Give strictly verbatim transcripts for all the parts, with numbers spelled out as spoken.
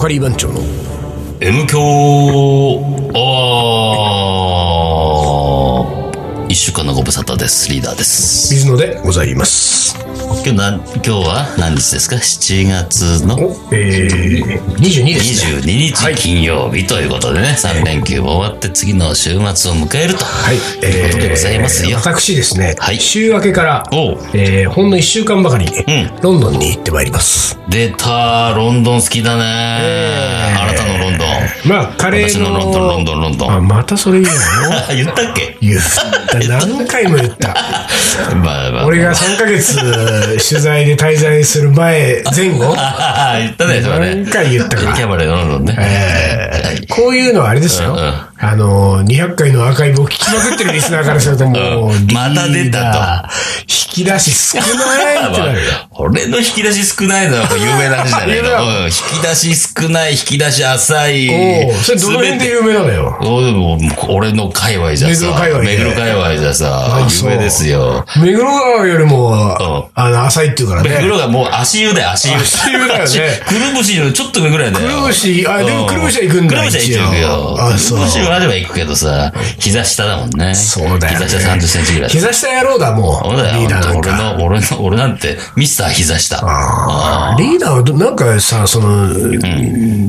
リー番長の M 強アワー。一週間のご無沙汰です。リーダーです。 水野でございます。 今日な、今日は何日ですか？しちがつのえー、にじゅうにですね。 にじゅうににち金曜日ということでね、はい、さん連休も終わって次の週末を迎えると、はい、いうことでございますよ。 えー、私ですね、はい、週明けから、 えー、ほんのいっしゅうかんばかり、うん、ロンドンに行ってまいります。 出た、ロンドン好きだね、えー、あなたのロンドン。 まあ、カレーの。 私のロンドン、ロンドン、ロンドン。 あ、またそれ言うの？ 言ったっけ？ 言った。何回も言った。 まあまあ、 俺がさんかげつ取材で滞在する前、前後言ったね、それね。 何回言ったか。 キャバレーのロンドンね。 えーはい、こういうのはあれですよ。うんうん、あの、にひゃっかいのアーカイブを聞きまくってるリスナーからするともう、うん、 また出たと。 引き出し少ないってなるよ。 俺の引き出し少ないのは有名な話じゃないの。うん、引き出し少ない、引き出し浅い。 おそれどの辺で有名なのよ。 お俺の界隈じゃさ。目黒界隈。目黒界隈じゃさ、有名ですよ。 目黒川よりも、うん、あの、浅いっていうからね。 目黒がもう足湯だよ、足湯。 足湯だよね。 くるぶしよりちょっと目ぐらいだよ。 くるぶし、あ、でもくるぶしは行くんだよ。 くるぶしは行くよ。 あ、そう。 くるぶしまでは行くけどさ、膝下だもんね。 そうだよ。 膝下さんじゅっセンチぐらい。 膝下野郎だ、もう。 そうだよ。リーダーなんか。俺の、俺の、俺なんて、ミスター膝下。 ああ。リーダーは、なんかさ、その、うん、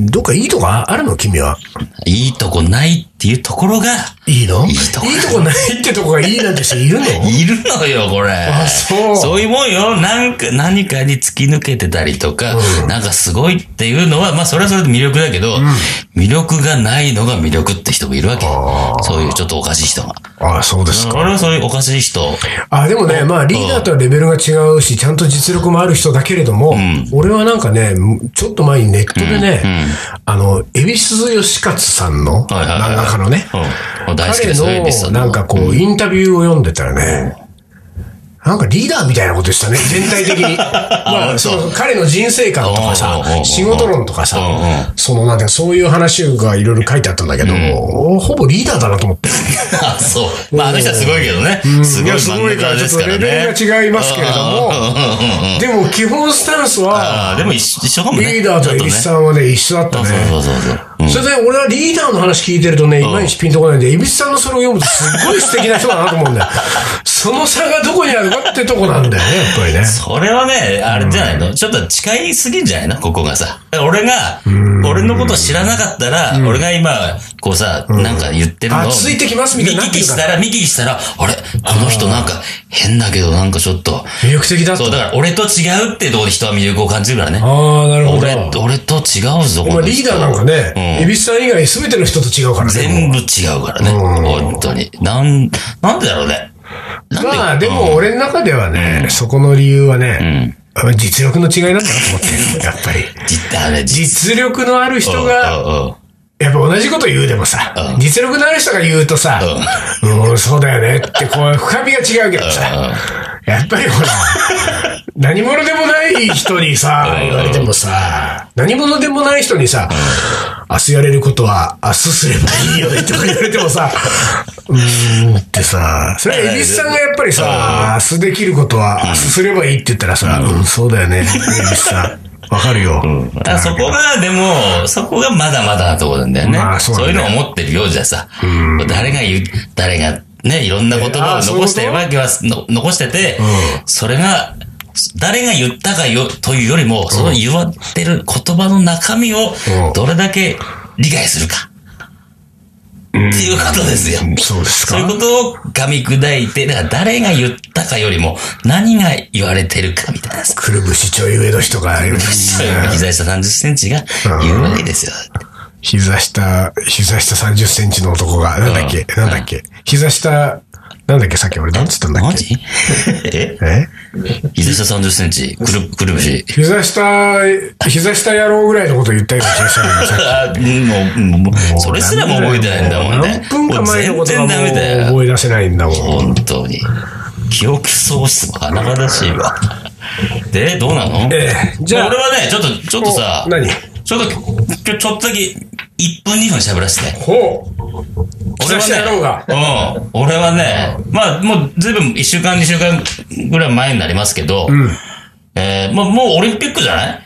どっかいいとこあるの君は。 いいとこないっていうところが。 いいの？ いいとこ。 いいとこないってとこがいいなんて人いるの？ いるのよ、これ。 あ、そう。 そういうもんよ。なんか、何かに突き抜けてたりとか、うん、なんかすごいっていうのは、まあ、それはそれで魅力だけど、うん、魅力がないのが魅力って人もいるわけ。そういうちょっとおかしい人が。 ああ、そうですか。 俺はそういうおかしい人。 あ、でもね、まあ、リーダーとはレベルが違うし、ちゃんと実力もある人だけれども、うん、俺はなんかね、ちょっと前にネットでね、うんうん、あの、恵比寿義勝さんの、漫画家のね、 うん、大好きです彼の、なんかこう、インタビューを読んでたらね、なんかリーダーみたいなことでしたね、全体的に。まあ、その彼の人生観とかさ、仕事論とかさ、そのなんかそういう話がいろいろ書いてあったんだけど、うん、ほぼリーダーだなと思って。 あ、そう。まあ、あの人はすごいけどね。すごい漫画家ですからね。 レベルが違いますけれども、でも基本スタンスは、 でも一緒かもね。 リーダーと恵比寿さんはね、一緒だったね。 そうそうそう。 それで俺はリーダーの話聞いてるとね、いまいちピンとこないんで、恵比寿さんのそれを読むとすごい素敵な人だなと思うんだよ。その差がどこにあるかってとこなんだよね、やっぱりね。 それはね、あれじゃないの、うん、ちょっと近いすぎんじゃないのここがさ。俺が、俺のことを知らなかったら、俺が今、こうさ、なんか言ってるのを、 ついてきますみたいな。 見聞きしたら、見聞きしたら、あれこの人なんか変だけどなんかちょっと。 魅力的だと。 そう、だから俺と違うってところで人は魅力を感じるからね。 ああ、なるほど。 俺、俺と違うぞ、 このリーダーなんかね、恵比寿さん以外全ての人と違うからね。 全部違うからね。本当に。なん、なんでだろうね。 まあ、でも俺の中ではね、そこの理由はね、実力の違いなんだなと思ってる。やっぱり。実力のある人が、やっぱ同じこと言うでもさ、実力のある人が言うとさ、うん、そうだよねってこう深みが違うけどさ、やっぱりほら、何者でもない人にさ、言われてもさ、何者でもない人にさ、明日やれることは明日すればいいよねとか言われてもさ、うーんってさ、それは恵比寿さんがやっぱりさ、明日できることは明日すればいいって言ったらさ、うん、そうだよね、恵比寿さん。わかるよ。うん、 だからそこが、でも、そこがまだまだなところなんだよね。まあ、そうね。そういうのを思ってるようじゃさ、うん、誰が言う、誰がね、いろんな言葉を残してるわけは、の残してて、うん、それが、誰が言ったかよ、というよりも、その言われてる言葉の中身を、どれだけ理解するか。っていうことですよ。 うん、そうですか。 そういうことを噛み砕いて、だから誰が言ったかよりも何が言われてるかみたいな。 くるぶしちょい上の人が言う。くるぶしちょい上、膝下さんじゅっセンチが言うわけですよ。 膝下、膝下さんじゅっセンチの男が、なんだっけ、なんだっけ、膝下、なんだっけ、さっき俺なんつったんだっけ。 マジええ膝下さんじゅっセンチ、くる、くるぶし。 膝下、膝下野郎ぐらいのこと言ったような気がしたけど、さっき。もう、もう、それすらも覚えてないんだもんね。 何分か前のことがもう覚え出せないんだもん。 本当に。記憶喪失も甚だしいわ。で、どうなの？ ええ、じゃあ。 俺はね、ちょっと、ちょっとさ、 何？ ちょっと、今日ちょっとだけ、いっぷんにふん喋らせて。 ほう。俺はね、うん。俺はね、まあ、もうずいぶんいっしゅうかん、にしゅうかんぐらい前になりますけど、うん、えー、まあ、もうオリンピックじゃない？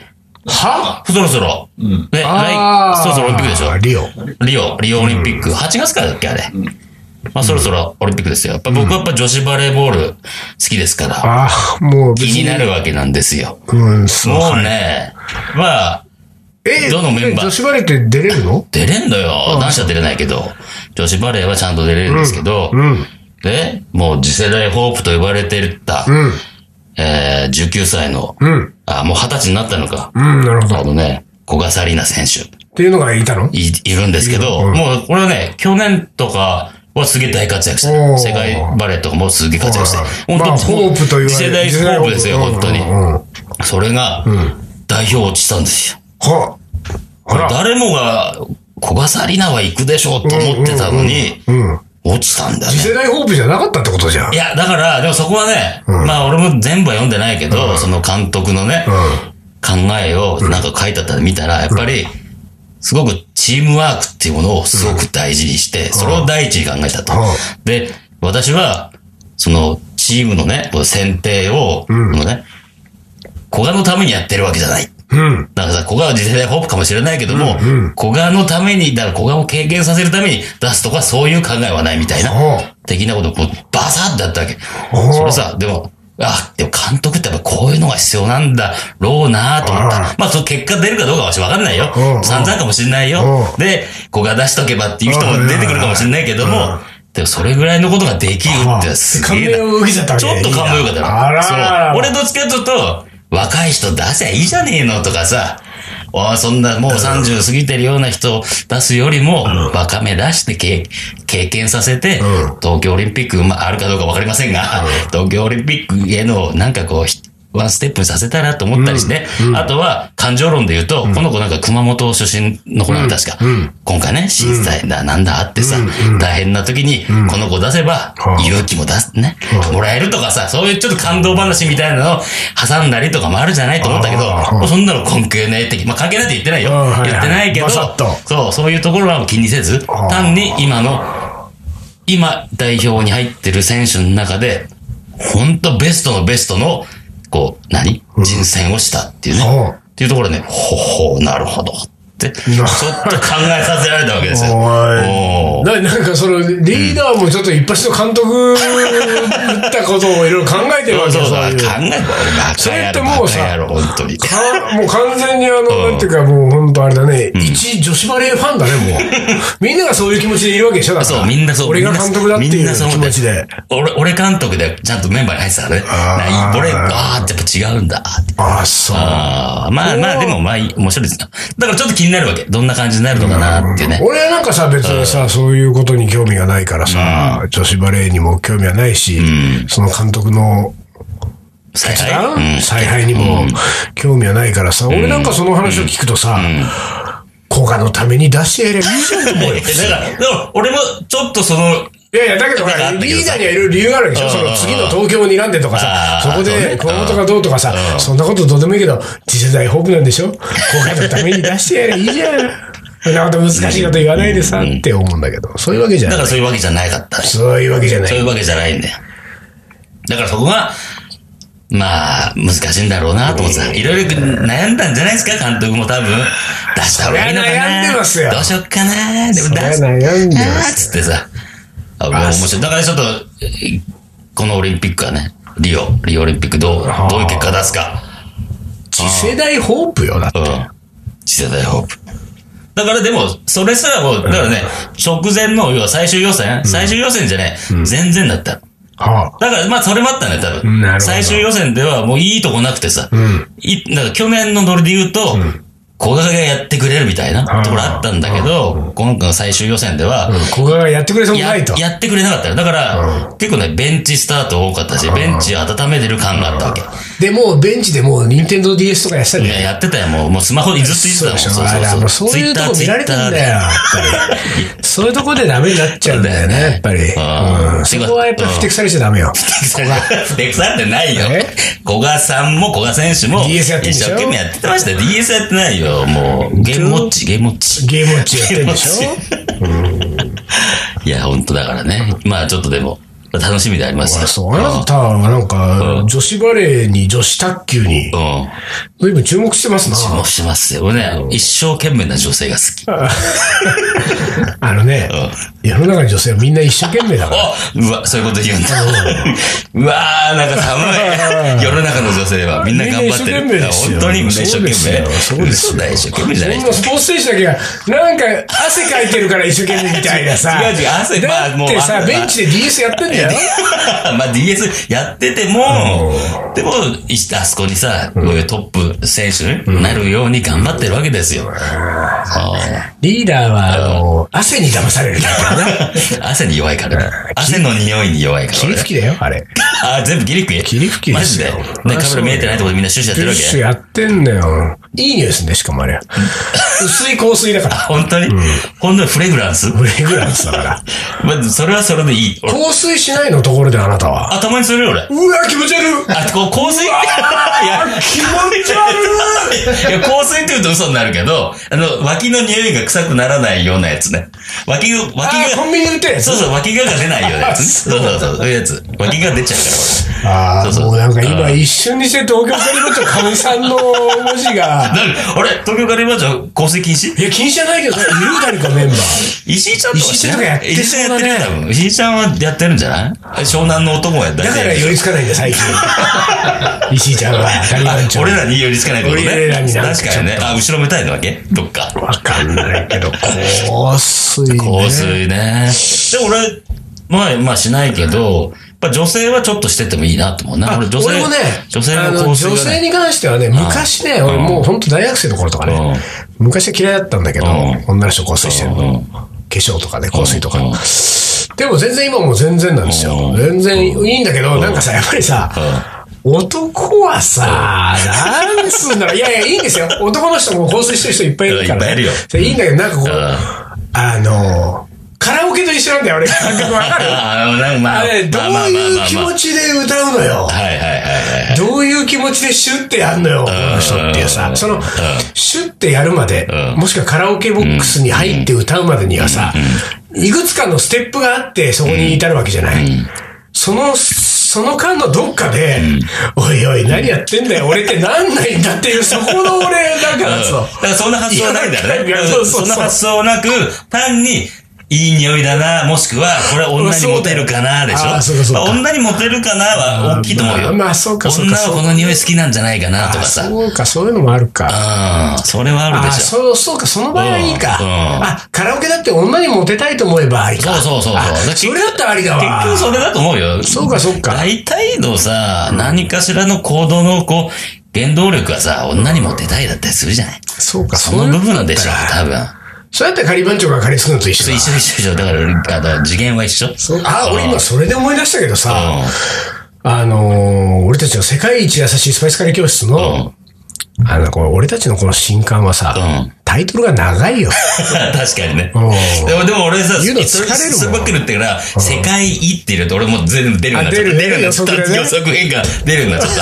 はそろそろ。うん。で、来、そろそろオリンピックでしょ。 リオ。 リオ、リオオリンピック。はちがつからだっけ、あれ。まあそろそろオリンピックですよ。やっぱ僕はやっぱ女子バレーボール好きですから。 ああ、もう気になるわけなんですよ。 うん、そう。 もうね、まあ、 え、 どのメンバー。 女子バレーって出れるの？ 出れんのよ。男子は出れないけど。女子バレーはちゃんと出れるんですけど。 うん。 で、もう次世代ホープと呼ばれてた、うん、えー、じゅうきゅうさいの、うん、あ、もうはたちになったのか。 うん、なるほど。 あのね、古賀紗理那選手。 っていうのがいたの？ い、いるんですけど、うん、もう、これはね、去年とかはすげえ大活躍してる。世界バレーとかもすげえ活躍してる。 本当に、まあ、ホープと言われる。 次世代ホープですよ、本当に。うんうん、それが、代表落ちたんですよ。はあ、誰もが、古賀紗理那は行くでしょうと思ってたのに、落ちたんだね。 次世代ホープじゃなかったってことじゃん。 いや、だから、でもそこはね、うん、まあ俺も全部は読んでないけど、うん、その監督のね、うん、考えをなんか書いてあったの見たら、やっぱり、すごくチームワークっていうものをすごく大事にして、それを第一に考えたと。で、私は、そのチームのね、選定を、のね、古賀のためにやってるわけじゃない。うん。だからさ、古賀は次世代ホープかもしれないけども、うんうん、古賀のために、だから古賀を経験させるために出すとかそういう考えはないみたいな、的なことをこう、バサッとやったわけ。それさ、でも、あ、でも監督ってやっぱこういうのが必要なんだろうなと思った。まあ、その結果出るかどうかはわかんないよ。散々かもしれないよ。で、古賀出しとけばっていう人も出てくるかもしれないけども、でもそれぐらいのことができるってすげえな。 感銘を受けちゃったわけ。 ちょっと感銘を受けたら。そう。俺どっちかというと、若い人出せばいいじゃねえのとかさ、あそんなもうさんじゅう過ぎてるような人を出すよりも、若め出して経経験させて、東京オリンピック、まあ、あるかどうかわかりませんが、東京オリンピックへのなんかこう、ワンステップにさせたらと思ったりして、うんうん、あとは感情論で言うと、うん、この子なんか熊本出身の子なんだ確か、うん、今回ね、震災だなんだあってさ、うん、大変な時にこの子出せば勇気も出すね、うん、もらえるとかさ、そういうちょっと感動話みたいなのを挟んだりとかもあるじゃないと思ったけど、もうそんなの関係ねえって、まあ関係ないって言ってないよ。言ってないけど、そう、そういうところは気にせず、単に今の、今代表に入ってる選手の中で、本当ベストのベストのこう、何人選をしたっていうね。うん、っていうところでね、ほほう、なるほど。って、ちょっと考えさせられたわけですよ。 おななんかその、リーダーもちょっと一発の監督打ったことをいろいろ考えてるわけですよ。 そうそう、考えてる。 それってもうさ、 本当にもう完全にあの、なんていうかもう本当あれだね、うん、一女子バレーファンだね、もう。みんながそういう気持ちでいるわけでしょ、だから。 そう、みんなそう。 俺が監督だっていう気持ちで。 俺、俺監督でちゃんとメンバーに入ってたからね。あ俺、ああ、やっぱ違うんだ。 ああ、そう。 あまあまあ、でもまあ、面白いですよ。だからちょっと気になるわけ。どんな感じになるのかなっていうね。 俺はなんかさ、別にさ、そういうことに興味がないからさ、女子バレーにも興味はないし、その監督の、 采配采配にも興味はないからさ、俺なんかその話を聞くとさ、古賀のために出してやればいいじゃんと思うよ。だから、でも俺もちょっとその、 いやいや、だけどリーダーにはいろいろ理由があるでしょ。その次の東京を睨んでとかさ、そこで熊本がどうとかさ、そんなことどうでもいいけど、次世代ホープなんでしょ。古賀のために出してやればいいじゃん。そんなこと難しいこと言わないでさって思うんだけど、そういうわけじゃない。 だからそういうわけじゃなかった。 そういうわけじゃない。 そういうわけじゃないんだよ。だからそこが、まあ、難しいんだろうなと思ってさ、いろいろ悩んだんじゃないですか、監督も多分。出した方がいいのかな。 悩んでますよ。 どうしよっかな。でも出す。 悩んでます。 つってさ。あ、面白い。だからちょっと、このオリンピックはね、リオ、リオオリンピックどう、どういう結果出すか。 次世代ホープよ、だって。うん。 次世代ホープ。だからでも、それすらも、だからね、直前の、要は最終予選、最終予選じゃね、全然だった。はあ、だから、まあ、それもあったね、多分。最終予選ではもういいとこなくてさ。うん、いだから去年のノリで言うと、うん、古賀がやってくれるみたいなところあったんだけど、今回の最終予選では、 うん、古賀がやってくれそうもないとや。やってくれなかったよ。だから、うん、結構ね、ベンチスタート多かったし、ベンチ温めてる感があったわけ。 で、もうベンチでもう、ニンテンドーディーエス とかやってたんだよ。 いや、やってたよ。もう、もうスマホにずっといてたもん。 そうそうそう。そういうとこ見られてんだよ。やっぱり。そういうとこでダメになっちゃうんだよね、やっぱり。うん。そこはやっぱりふてくされちゃダメよ。 ふてくされてないよ。古賀さんも古賀選手も、一生懸命やってましたよ。ディーエス やってないよ。もう、ゲームウォッチ、ゲームウォッチ。 ゲームウォッチやってるでしょ。 いや、ほんとだからね。まあちょっとでも、 楽しみでありますよ。 そう、あなたはなんか、女子バレーに女子卓球に、随分注目してますな。 注目してますよ。俺ね、一生懸命な女性が好き。 あのね、世の中の女性はみんな一生懸命だから。 うわ、そういうこと言うんだ。うわー、なんか寒い。世の中の女性はみんな頑張ってる。本当にみんな一生懸命。 そうですよ。 一生懸命じゃない。 そんなスポーツ選手だけが、なんか汗かいてるから一生懸命みたいなさ。 違う違う、汗、まあもう。 だってさ、ベンチで ディーエス やってんだよ。 まあ ディーエス やってても、でも、あそこにさ、こういうトップ選手になるように頑張ってるわけですよ。 リーダーは、あの、汗に騙されるからな。汗に弱いからね。汗の匂いに弱いから。 霧吹きだよ、あれ。 あ、全部霧吹き？ 霧吹きですよ。 マジで。ね、カメラ見えてないところでみんなシュッシュやってるわけ？ シュッシュやってんだよ。いい匂いですね、しかもあれ。薄い香水だから。 本当に？本当にフレグランス？ フレグランスだから。 まあ、それはそれでいい。 香水しないのところであなたは。 あ、たまにするよ、俺。 うわ、気持ち悪い。 あ、こう、香水いや、気持ち悪い。いや、香水って言うと嘘になるけど、あの、脇の匂いが臭くならないようなやつね。脇が、脇が。 コンビニで売ってるやつ？ そうそう、脇がが出ないようなやつ。そうそうそう、そういうやつ。脇が出ちゃうから、 俺。ああ、そうそう。もうなんか今一瞬にして東京カリバチョカミさんの文字が。 あれ東京カリバチョ香水禁止？ いや、禁止じゃないけど、いる誰かメンバー。 石井ちゃんとか石井ちゃんとかやってる。 石井ちゃんやってる多分。石井ちゃんはやってるんじゃない？湘南の男もやったり。 だから寄りつかないんだ、最近。石井ちゃんは、カリバンチョ。 俺らに寄りつかないってことね。 俺らになんか確かにね。あ、後ろめたいのわけどっか。 わかんないけど、香水ね。 香水ね。でも俺、まあ、まあしないけど、やっぱ女性はちょっとしててもいいなと思うな。 俺女性俺もね、 女性の香水が、ね、 女性に関してはね、昔ね、俺もう本当大学生の頃とかね、昔は嫌いだったんだけど、女の人香水してるの。化粧とかね、香水とか。でも全然今も全然なんですよ。全然いいんだけど、なんかさ、やっぱりさ、男はさ、なんつうんだろう。いやいや、いいんですよ。男の人も香水してる人いっぱいいるから、ね。 いっぱいいるよ。 いいんだけど、なんかこう、あの、カラオケと一緒なんだよ、俺。感覚わかる？あれ、どういう気持ちで歌うのよ。 はいはいはい。 どういう気持ちでシュッてやんのよ、この人っていうさ。その、シュッてやるまで、もしくはカラオケボックスに入って歌うまでにはさ、いくつかのステップがあってそこに至るわけじゃない。その、その間のどっかで、おいおい、何やってんだよ、俺ってなんないんだっていう、そこの俺、だからそう。 だからそんな発想はないんだよね。そんな発想なく、単に、いい匂いだな、もしくは、これ女にモテるかな、でしょ。あ、そうかそうか。女にモテるかなは大きいと思うよ。 まあ、そうかそうか。 女はこの匂い好きなんじゃないかな、とかさ。 そうか、そういうのもあるか。 ああ、それはあるでしょ。 そう、そうか、その場合はいいか。あ、カラオケだって女にモテたいと思えばありか。 そうそうそう。 それだったらありだわ。 結局それだと思うよ。 そうか、そうか。 大体のさ、何かしらの行動の、こう、原動力はさ、女にモテたいだったりするじゃない。 そうか、 その部分でしょ、多分。 そうやってカリバンチョがカリスくのと一緒だ。 一緒一緒一緒。だから、だから次元は一緒。 そう。あ、俺今それで思い出したけどさ、あのー、俺たちの世界一優しいスパイスカレー教室の、あの、この俺たちのこの新刊はさ、タイトルが長いよ。 確かにね。でも、でも俺さ、 言うの疲れるもん。 そればっかり言ってから、世界一って言うと俺もう全部出るようになっちゃった。出る予測編。予測編が出るようになっちゃった。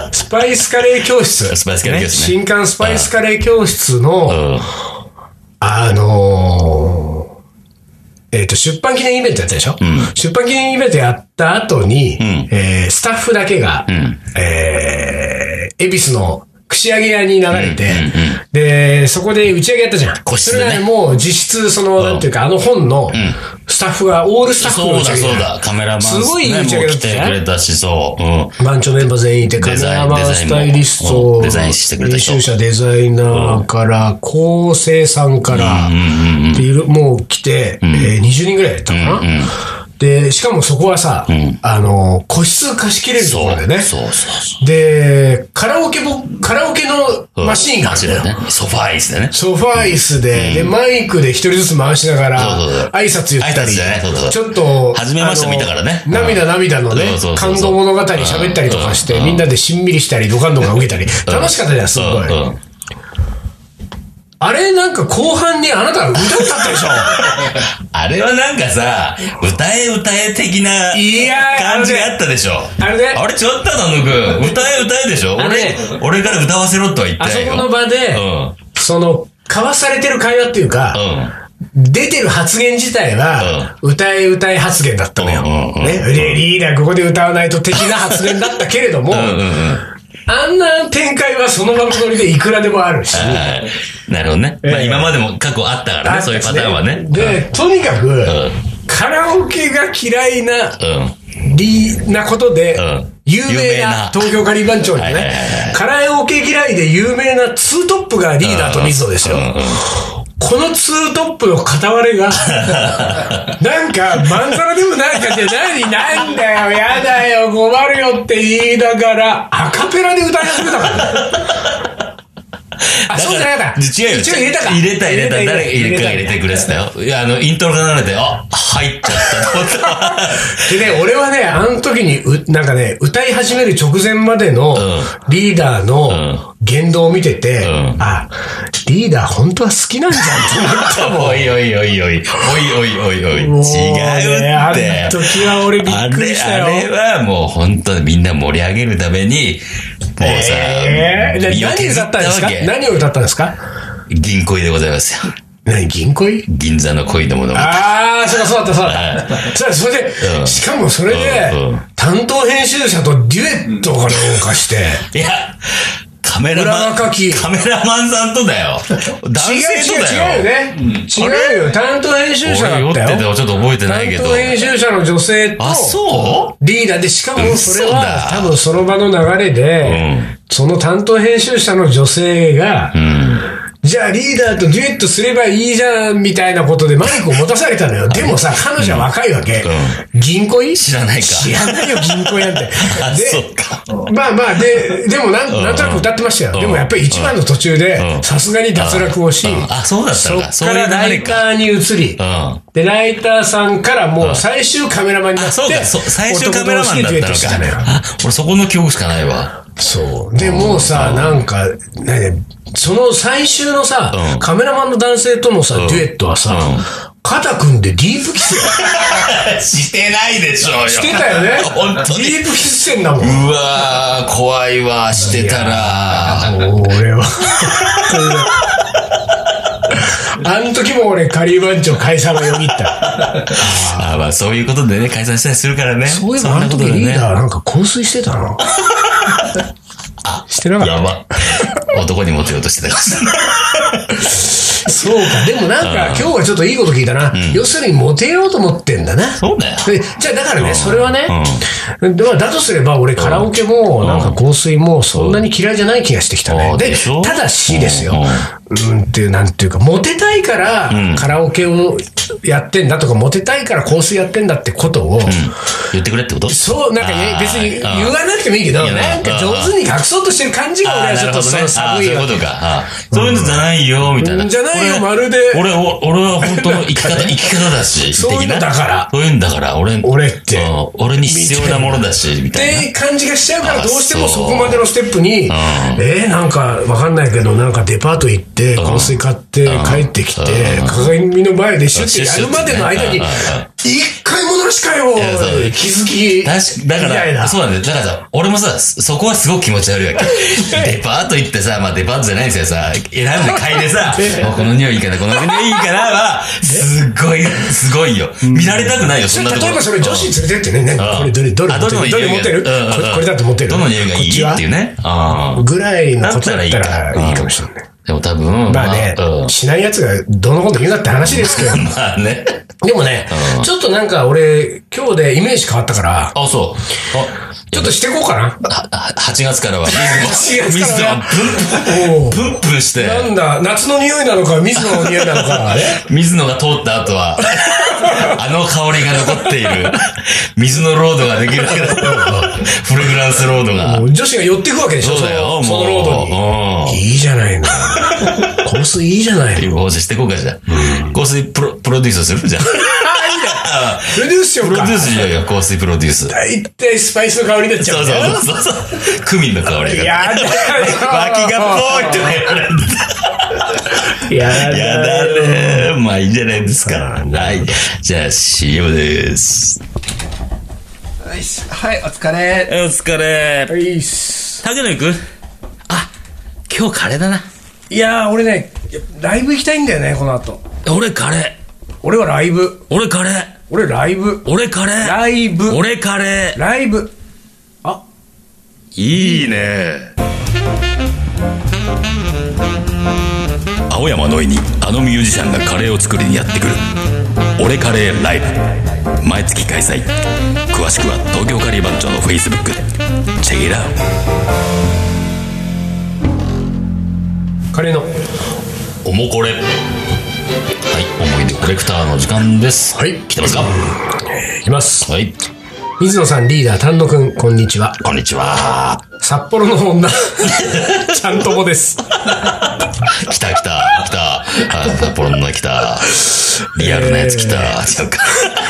スパイスカレー教室。 スパイスカレー教室ね。 新刊スパイスカレー教室の、あのー、えっと、出版記念イベントやったでしょ、うん、出版記念イベントやった後に、うん、えー、スタッフだけが、うん、えー、恵比寿の串揚げ屋に流れて、うんうんうん、で、そこで打ち上げやったじゃん。 個室でね、 それがもう実質、その、なんていうか、あの本のスタッフが、オールスタッフの打ち上げ。 そうだ、そうだ、カメラマン、ね、 すごい打ち上げだったじゃん。 来てくれたし、そう。うん。 番長メンバー全員いて、カメラマン、スタイリスト、 デザインしてくれた人。 編集者、デザイナーから、構成さんから、っていう、もう来て、うん、えー、にじゅうにんぐらいやったかな。うんうん、で、しかもそこはさ、うん、あの、個室貸し切れるところでね。 そうそうそう。 で、カラオケも、カラオケのマシーンがあるんだよ。 ね、ソファー椅子でね。 ソファー椅子で、うん、で、マイクで一人ずつ回しながら、そうそうそう、挨拶言ったり、 ね、そうそう、 ちょっと、 初めまして見たからね。 涙涙のね、感動物語喋ったりとかして、みんなでしんみりしたり、ドカンドカン受けたり、楽しかったじゃん、すごい。うんうん、あれなんか後半にあなた歌歌ったでしょあれはなんかさ、歌え歌え的な感じがあったでしょ。 あれね。 あれ違ったの、ぬく。歌え歌えでしょ。俺、俺から歌わせろとは言ってないよ。 あそこの場で、うん、その、交わされてる会話っていうか、うん、 出てる発言自体は、歌え歌え発言だったのよ。ね、リーダーここで歌わないと的な発言だったけれども、あんな展開はその場のノリでいくらでもあるし。 なるほどね。まあ今までも過去あったからね、そういうパターンはね。 で、とにかく、カラオケが嫌いな、リーなことで、有名な東京カリー番長にね、カラオケ嫌いで有名なツートップがリーダーと水野ですよ。このツートップの片割れが、なんか、まんざらでもないかって、何、なんだよ、やだよ、困るよって言いながら、アカペラで歌い始めたからね。あ、そうじゃなかった。 違うよ。 一応入れたか。 入れた入れた。誰が入れか入れてくれてたよ。いや、あの、イントロが流れて、あ、入っちゃったと思った。 でね、俺はね、あの時に、う、なんかね、歌い始める直前までのリーダーの言動を見てて、うん、あ、リーダー本当は好きなんじゃんって思ったもん。 おいおいおいおい。おいおいおいおい。違うって。 あの時は俺びっくりしたよ。 あれ、あれはもう本当にみんな盛り上げるために、もうさ、 えー、何を歌ったんですか？何を歌ったんですか？ 銀恋でございますよ。 何、銀恋？ 銀座の恋の物語。 ああ、そうだそうだったそうだった。それで、うん、しかもそれで、うん、担当編集者とデュエットかなんかして。 いや、カメラマン、カメラマンさんとだよ。男性とだよ。 違う違うね。うん、違うよ。担当編集者だったよ。 酔っててもちょっと覚えてないけど。 担当編集者の女性と、 あ、そうリーダーで、しかもそれは多分その場の流れで、うん、その担当編集者の女性が、うん、じゃあリーダーとデュエットすればいいじゃんみたいなことでマイクを持たされたのよ。でもさ、彼女は若いわけ。うん、銀恋？ 知らないか。 知らないよ、銀恋なんて。 あ、そうか。 まあまあ、で、でもなん、なんとなく歌ってましたよ。でもやっぱり一番の途中で、さすがに脱落をし、 あ、そうだったんだ。 そっからライターに移り、で、ライターさんからもう最終カメラマンになって、 そうか、最終カメラマンだったのか。あ、俺そこの記憶しかないわ。 そう。で、もうさ、なんか、何その最終のさ、うん、カメラマンの男性とのさ、うん、デュエットはさ、うん、肩組んでディープキスしてないでしょうよ。 してたよね。 本当に。 ディープキスしてんだもん。 うわー、怖いわ、してたら。 もう俺は。あの時も俺、カリー番長解散をよぎった。 ああ、まあそういうことでね、解散したりするからね。 そういえばあの時リーダーなんか香水してたな。してなかった。 やば。男にモテようとしてたかもしれない。 そうか。でもなんか、今日はちょっといいこと聞いたな。うん、要するにモテようと思ってんだな。 そうだよ。 じゃあだからね、それはね、うん、だとすれば俺カラオケも、なんか香水もそんなに嫌いじゃない気がしてきたね。で、ただしですよ。うんっていう、なんていうか、モテたいからカラオケをやってんだとか、モテたいから香水やってんだってことを、うん、 言ってくれってこと？ そう、なんかね、別に言わなくてもいいけど、なんか上手に隠そうとしてる感じが俺はちょっと寒いよ。 そういうことか。そういうのじゃないよ、みたいな。 じゃないよ、まるで。 俺、俺は本当の生き方、生き方だし、 そういうのだから。 そういうんだから、俺、 俺って。 俺に必要なものだし、みたいな。 って感じがしちゃうから、どうしてもそこまでのステップに、えー、なんかわかんないけど、なんかデパート行って、香水買って帰ってきて、鏡の前でシュッてやるまでの間に、一回もなしかよ気づき。 だから、そうなんだよ。だからさ、俺もさ、そこはすごく気持ち悪いわけ。デパート行ってさ、まあデパートじゃないんですよさ、選んで嗅いでさ、この匂いいいかな、この匂いいいかなは、すっごい、すごいよ。見られたくないよ、そんなところ。 例えばそれ女子連れてってね、これどれ、どれ、どれ持ってるこれだと思ってるどの匂いがいいっていうね。 ぐらいのことだったらいいかもしれない。 でも多分。 まあね、しない奴がどのこと言うなって話ですけど。 まあね。 でもね、ちょっとなんか俺、今日でイメージ変わったから。 あ、そう。 ちょっとしていこうかな。 はちがつからは水野、水野がプンプンして。 なんだ、夏の匂いなのか、水野の匂いなのか。 水野が通った後は、あの香りが残っている、水のロードができるわけだ。フレグランスロードが。 女子が寄っていくわけでしょ。 そうだよ、 そのロードに。いいじゃないの。香水いいじゃないの。 香水していこうか、じゃあ。香水プロ、プロデュースするじゃん。 プロデュースしようか。 プロデュースしようよ、香水プロデュース。 大体スパイスの香りになっちゃう。 そうそうそうそう。クミンの香りが。 やだよ。 脇がぽーってね。 やだやだね。まあいいじゃないですか。はい。じゃあ シーエム です。 はい、お疲れ。 お疲れ。 はいっす。 竹野行く？あ、今日カレーだな。 いやー、俺ね、ライブ行きたいんだよね、この後。 俺カレー。 俺はライブ。 俺カレー。 俺ライブ。 俺カレー。 ライブ。 俺カレー。 ライブ。あ、 いいね。青山のいにあのミュージシャンがカレーを作りにやってくる。俺カレーライブ、毎月開催。詳しくは東京カリー番長のフェイスブックチェックイットアウト。 カレーのおもこれ。はい、思い出コレクターの時間です。 はい、 来てますか？ いきます。 はい。 水野さん、リーダー、丹野くん、こんにちは。 こんにちは。 札幌の女、ちゃんともです。 来た来た来た。札幌の女来た。リアルなやつ来た。えー、違うか。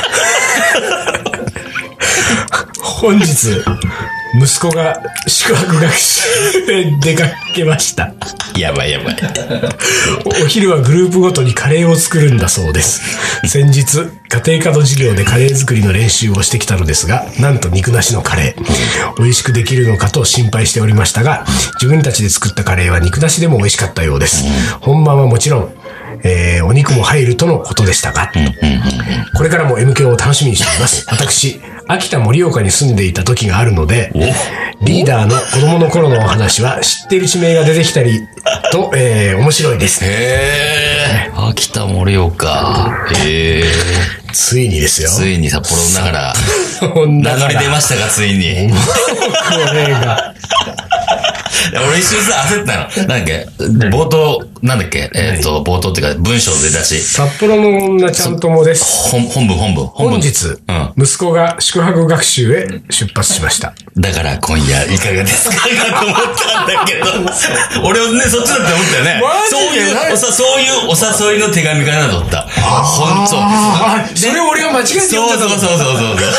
本日、息子が宿泊学習で出かけました。 やばいやばい。 お昼はグループごとにカレーを作るんだそうです。先日、家庭科の授業でカレー作りの練習をしてきたのですが、なんと肉なしのカレー。美味しくできるのかと心配しておりましたが、自分たちで作ったカレーは肉なしでも美味しかったようです。本番はもちろん、えー、お肉も入るとのことでしたが、これからも エムケー を楽しみにしています。私、秋田盛岡に住んでいた時があるので、リーダーの子供の頃のお話は知っている地名が出てきたりと、えー、面白いです。 へー。秋田盛岡。へー。 ついにですよ。 ついに札幌ながら、名乗り出ましたが、ついに。 これが。 俺一瞬さ、焦ったの。なんだっけ冒頭、なんだっけえっと、冒頭っていうか、文章で出し。 札幌の女ちゃんともです。 本、本文、本文。 本日、うん、息子が宿泊学習へ出発しました。 だから今夜いかがですかと思ったんだけど、俺はね、そっちだって思ったよね。そういう、おさ、そういうお誘いの手紙かなと思った。ほんと。 それ俺は間違えて読んだ。 そうそうそうそう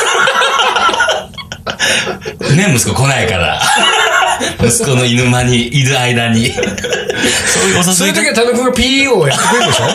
そう。ね、息子来ないから。息子の犬間にいる間に。そういうお誘い。 そういう時は田野くんが ピーイーオー をやってくれるでしょ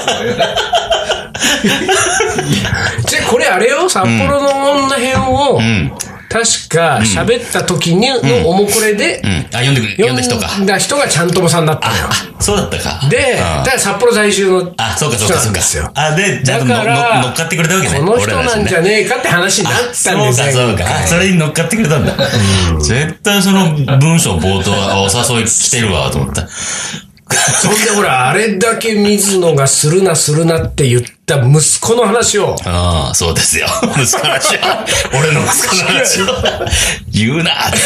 じゃあこれあれよ、札幌の女編を、うん、確か喋った時にのおもこれで、 うんうん、あ、読んでくれ、読んだ人か。 読んだ人がちゃんともさんだったのよ。 あ、そうだったか。 で、だから札幌在住のあ、そうかそうかそうか。あ、で、 ちゃんと乗っかってくれたわけね。 この人なんじゃねえかって話になったんですよ。 そうかそうか。それに乗っかってくれたんだ。絶対その文章冒頭はお誘い来てるわ、と思った。 そんでほら、あれだけ水野がするなするなって言った息子の話を。 ああ、そうですよ。息子の話を。俺の息子の話を。言うなーって。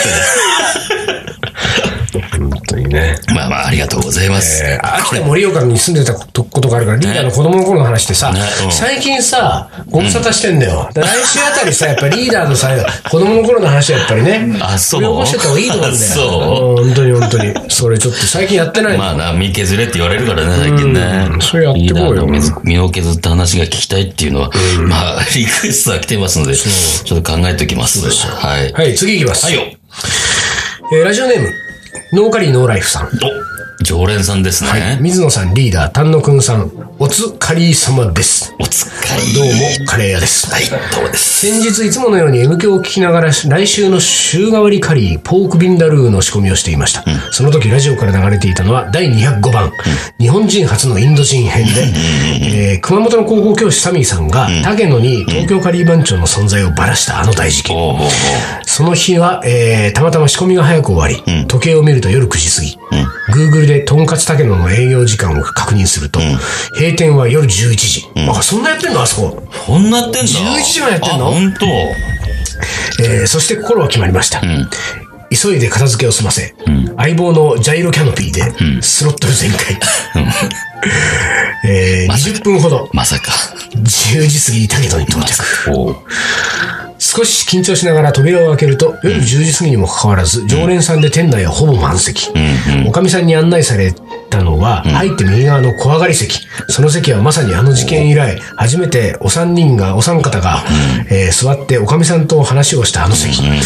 本当にね。 まあまあ、ありがとうございます。 えー、秋田盛岡に住んでたことがあるから、リーダーの子供の頃の話ってさ、ねうん、最近さ、ご無沙汰してんだよ。うん、来週あたりさ、やっぱりリーダーのさ、子供の頃の話はやっぱりね、 あ、そう。 起こしてた方がいいと思うんだよ。 そう。 本当に本当に。それちょっと最近やってないの。 まあな、身削れって言われるからね、最近ね。 うん、それやってこうよ。 身を削った話が聞きたいっていうのは、うん、まあ、リクエストは来てますので、ちょっと考えておきます。はい。 はい、次行きます。 はいよ。 えー、ラジオネーム。ノーカリーノーライフさん。 お、常連さんですね。はい。 水野さんリーダー、丹野くんさん、おつかり様です。 おつかり。 どうも、カレー屋です。 はい、どうもです。 先日いつものように エムケー を聞きながら、来週の週替わりカリー、ポークビンダルーの仕込みをしていました。うん、その時ラジオから流れていたのは、だいにひゃくごばん、うん、日本人初のインド人編で、えー、熊本の高校教師サミーさんが、うん、竹野に東京カリー番長の存在をばらしたあの大事件。うん、その日は、えー、たまたま仕込みが早く終わり、うん、時計を見ると夜くじ過ぎ、うん、Google でとんかつ竹野の営業時間を確認すると、うん、閉店は夜じゅういちじ。うん、あ、そんなやってんのあそこ。 そんなやってんだ。 じゅういちじまでやってんの。 あ、ほんと。 えー、そして心は決まりました。うん、急いで片付けを済ませ、うん、相棒のジャイロキャノピーで、うん、スロットル全開。えー、にじゅっぷんほど。 まさか。 じゅうじ過ぎに竹野に到着。少し緊張しながら扉を開けると、夜じゅうじ過ぎにもかかわらず、常連さんで店内はほぼ満席。うんうん、おかみさんに案内されたのは、うん、入って右側の小上がり席。その席はまさにあの事件以来、初めてお三人が、お三方が、うんえー、座っておかみさんと話をしたあの席。うんうんうん、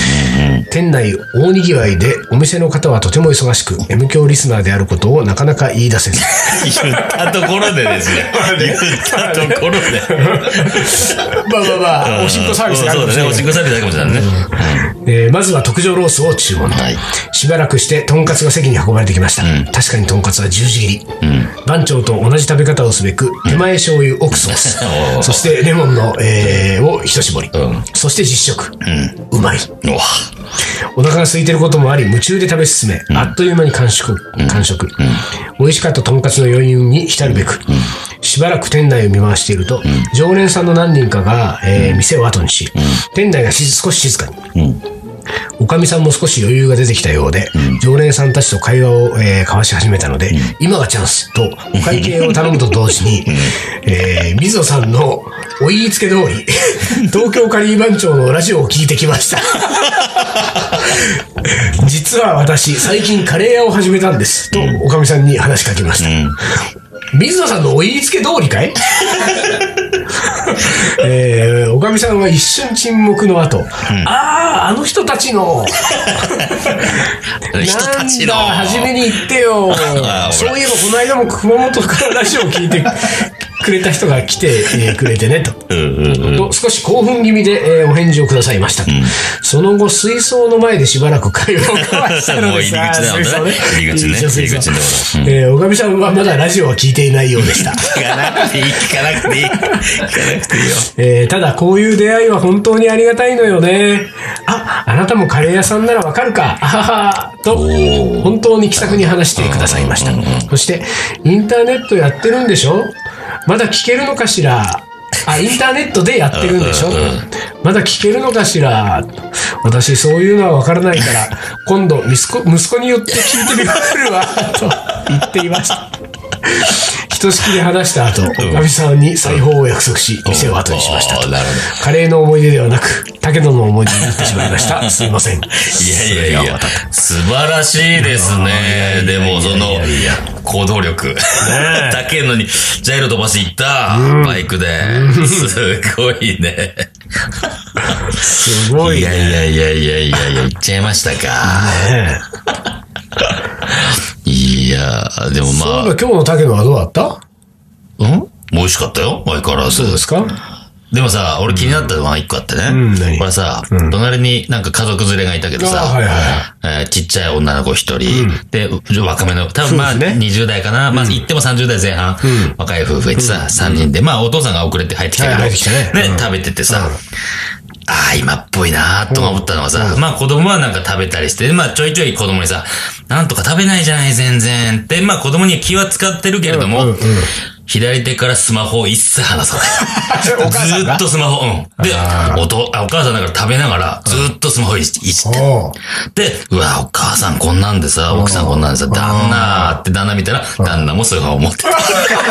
店内大にぎわいで、お店の方はとても忙しく、エムケー リスナーであることをなかなか言い出せず。 言ったところでですね。言ったところで。 まあまあまあ、おしっこサービスがあるかもしれない。 おしっこサービスあるかもしれないね。 うんえー、まずは特上ロースを注文。はい、しばらくして、とんかつが席に運ばれてきました。うん、確かにとんかつは十字切り。うん、番長と同じ食べ方をすべく、手前醤油、奥ソース。そしてレモンの、えー、を一絞り。うん、そして実食。うん、うまい。お腹が空いてることもあり、夢中で食べ進め、うん、あっという間に完食。完食。うん、美味しかったとんかつの余韻に浸るべく、うん、しばらく店内を見回していると、うん、常連さんの何人かが、えー、店を後にし、うん、店内が少し静かに。うんおかみさんも少し余裕が出てきたようで、うん、常連さんたちと会話を、えー、交わし始めたので、うん、今がチャンスとお会計を頼むと同時に、うんえー、水野さんのお言いつけ通り、東京カリー番長のラジオを聞いてきました。実は私、最近カレー屋を始めたんです、とおかみさんに話しかけました。うん水野さんのお言いつけ通りかいえー、おかみさんは一瞬沈黙の後、うん、ああ、あの人たちの人たちのなんだ、初めに言ってよそういえばこの間も熊本からラジオを聞いてくれた人が来て、えー、くれてねと、うんうんうん、と少し興奮気味で、えー、お返事をくださいました、うん、その後水槽の前でしばらく会話を交わしたのですが入り口だよね入り口ね入り口のところ、 うんえー、おかみさんはまだラジオは聞いていないようでした聞かなくていい聞かなくていい聞かなくていいよ、 えー、ただこういう出会いは本当にありがたいのよねあ、あなたもカレー屋さんならわかるかあははと本当に気さくに話してくださいました、うんうんうん、そしてインターネットやってるんでしょまだ聞けるのかしらあ、インターネットでやってるんでしょまだ聞けるのかしら私そういうのはわからないから今度息子、息子によって聞いてみるわと言っていましたひとしきり話した後、おかみさんに裁縫を約束し、店を後にしました。カレーの思い出ではなく、竹野の思い出になってしまいました。すいません。いやいやいや、素晴らしいですね。でも、その、行動力。竹野にジャイロ飛ばしていったバイクで。すごいね。 すごいね。 いやいやいやいやいやいや、行っちゃいましたか。いやー、でもまあ。 そういえば今日の竹野はどうだった？ うん美味しかったよ、相変わらず。 そうですか？ でもさ、俺気になったのが一個あってね。うん、これさ、うん、隣になんか家族連れがいたけどさ、はいはいえー、ちっちゃい女の子一人、うん、で、若めの、多分まあ、ね、にじゅう代かな、うん、まあ言ってもさんじゅう代前半、うん、若い夫婦がいてさ、さんにんで、まあお父さんが遅れて入ってきたけど、はい、ね、ね、うん、食べててさ、うんああ、今っぽいなーと思ったのはさ、まあ子供はなんか食べたりして、まあちょいちょい子供にさ、なんとか食べないじゃない全然って、まあ子供に気は使ってるけれども、うんうんうん、左手からスマホを一切離さない。ずーっとスマホ、うん。で、おと、あ、お母さんだから食べながら、ずーっとスマホいじって。で、うわ、お母さんこんなんでさ、奥さんこんなんでさ、旦那って旦那見たら、旦那もそういうのを持ってた。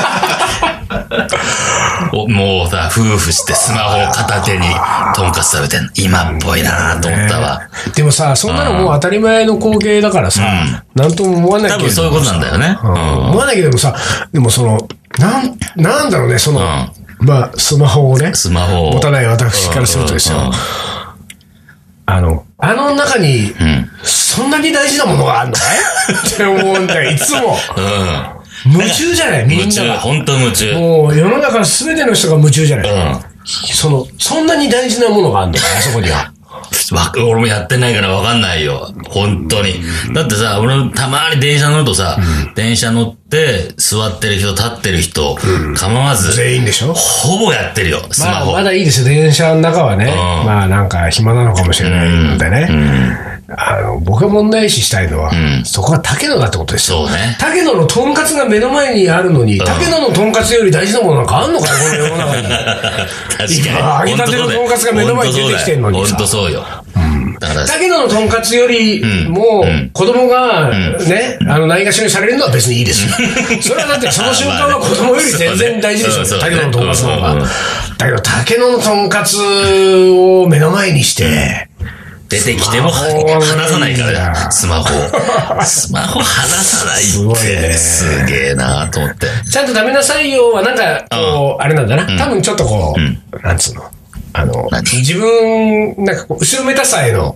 おもうさ、夫婦してスマホを片手にトンカツ食べてんの。今っぽいなと思ったわ、ね。 でもさ、そんなのもう当たり前の光景だからさ、うん、なんとも思わないけど。 多分そういうことなんだよね。 うん、思わないけどもさ、でもその、なん、なんだろうね、その、うん、まあ、スマホをね、 スマホを持たない私からするとですよ。うんうんうん、あの、あの中に、うん、そんなに大事なものがあるのかいって思うんだよ、いつも。うん夢中じゃないみんなが。 夢中、本当夢中。 もう世の中すべての人が夢中じゃない、うん、その、そんなに大事なものがあるんだよ、あそこには。 俺もやってないからわかんないよ。本当に。だってさ、俺たまに電車乗るとさ、うん、電車乗って座ってる人、立ってる人、うん、構わず。 全員でしょほぼやってるよ、スマホ。 まあ、まだいいですよ、電車の中はね。うん、まあなんか暇なのかもしれないのでね。うんうんあの、僕が問題視したいのは、うん、そこは竹野だってことですよ。 そうね。 竹野のとんかつが目の前にあるのに、うん、竹野のとんかつより大事なものなんかあんのかよ、この世の中に。 確かに。 揚げたてのとんかつが目の前に出てきてんのにさ。 ほんとそうよ。 竹野のとんかつよりも、子供がね、あの、ないがしろにされるのは別にいいですよ。それはだってその瞬間は子供より全然大事でしょ。竹野のとんかつの方が。だけど、竹野のとんかつを目の前にして、 出てきても離さないからスマホ。スマホ離さないって、すげえなと思って。 ちゃんとダメな採用はなんか、こう、あれなんだな。多分ちょっとこう、なんつうの。あの、自分、なんかこう、後ろめたさへの、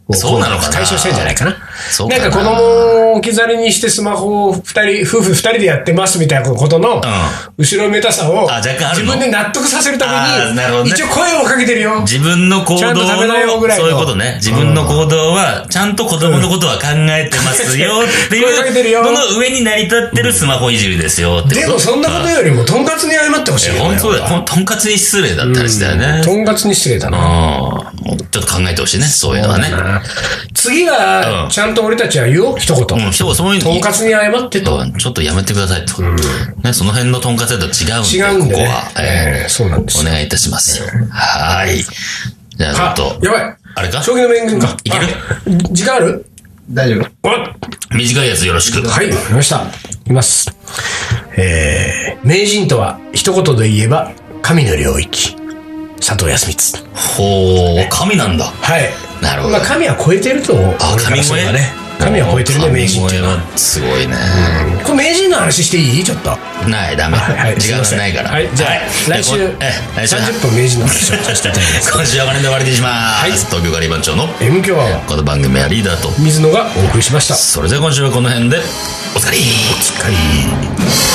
そうなのかな。 解消してんじゃないかな。そうかな。なんか子供を置き去りにしてスマホを二人、夫婦二人でやってますみたいなことの、後ろめたさを、自分で納得させるために、一応声をかけてるよ。 自分の行動の、そういうことね。自分の行動は、ちゃんと子供のことは考えてますよっていう、この上に成り立ってるスマホいじりですよってこと。 でもそんなことよりも、とんかつに謝ってほしい。 本当だよ。とんかつに失礼だったりしたよね。 とんかつに失礼だな。 ちょっと考えてほしいね、そういうのはね。 次は、ちゃんと俺たちは言おう、一言。 うん、一言、そういうとんかつに謝ってと。 ちょっとやめてくださいと。ね、その辺のとんかつだと違うんで、 違うんで、 ここは。 えー、そうなんです。 お願いいたします。はい。じゃあ、ちょっと。 やばい。 あれか将棋の名言か。 いける？ 時間ある？ 大丈夫。 短いやつよろしく。 はい、わかりました。いきます。えー、名人とは、一言で言えば、神の領域。佐藤康光。 ほー、神なんだ。 はい。 なるほど。 まあ、神は超えてると思う。 あ、神超えね。 神は超えてるね、名人っていうのは。 すごいね。 これ名人の話していい？ちょっと。 ない、ダメ。時間がないから。 はい、じゃあ、来週、さんじゅっぷん名人の話をさせていただきます。 今週はこれで終わりにします。東京ガリバン長の M 強アワー。 この番組はリーダーと水野がお送りしました。 それでは今週はこの辺で、おつかり。 おつかり。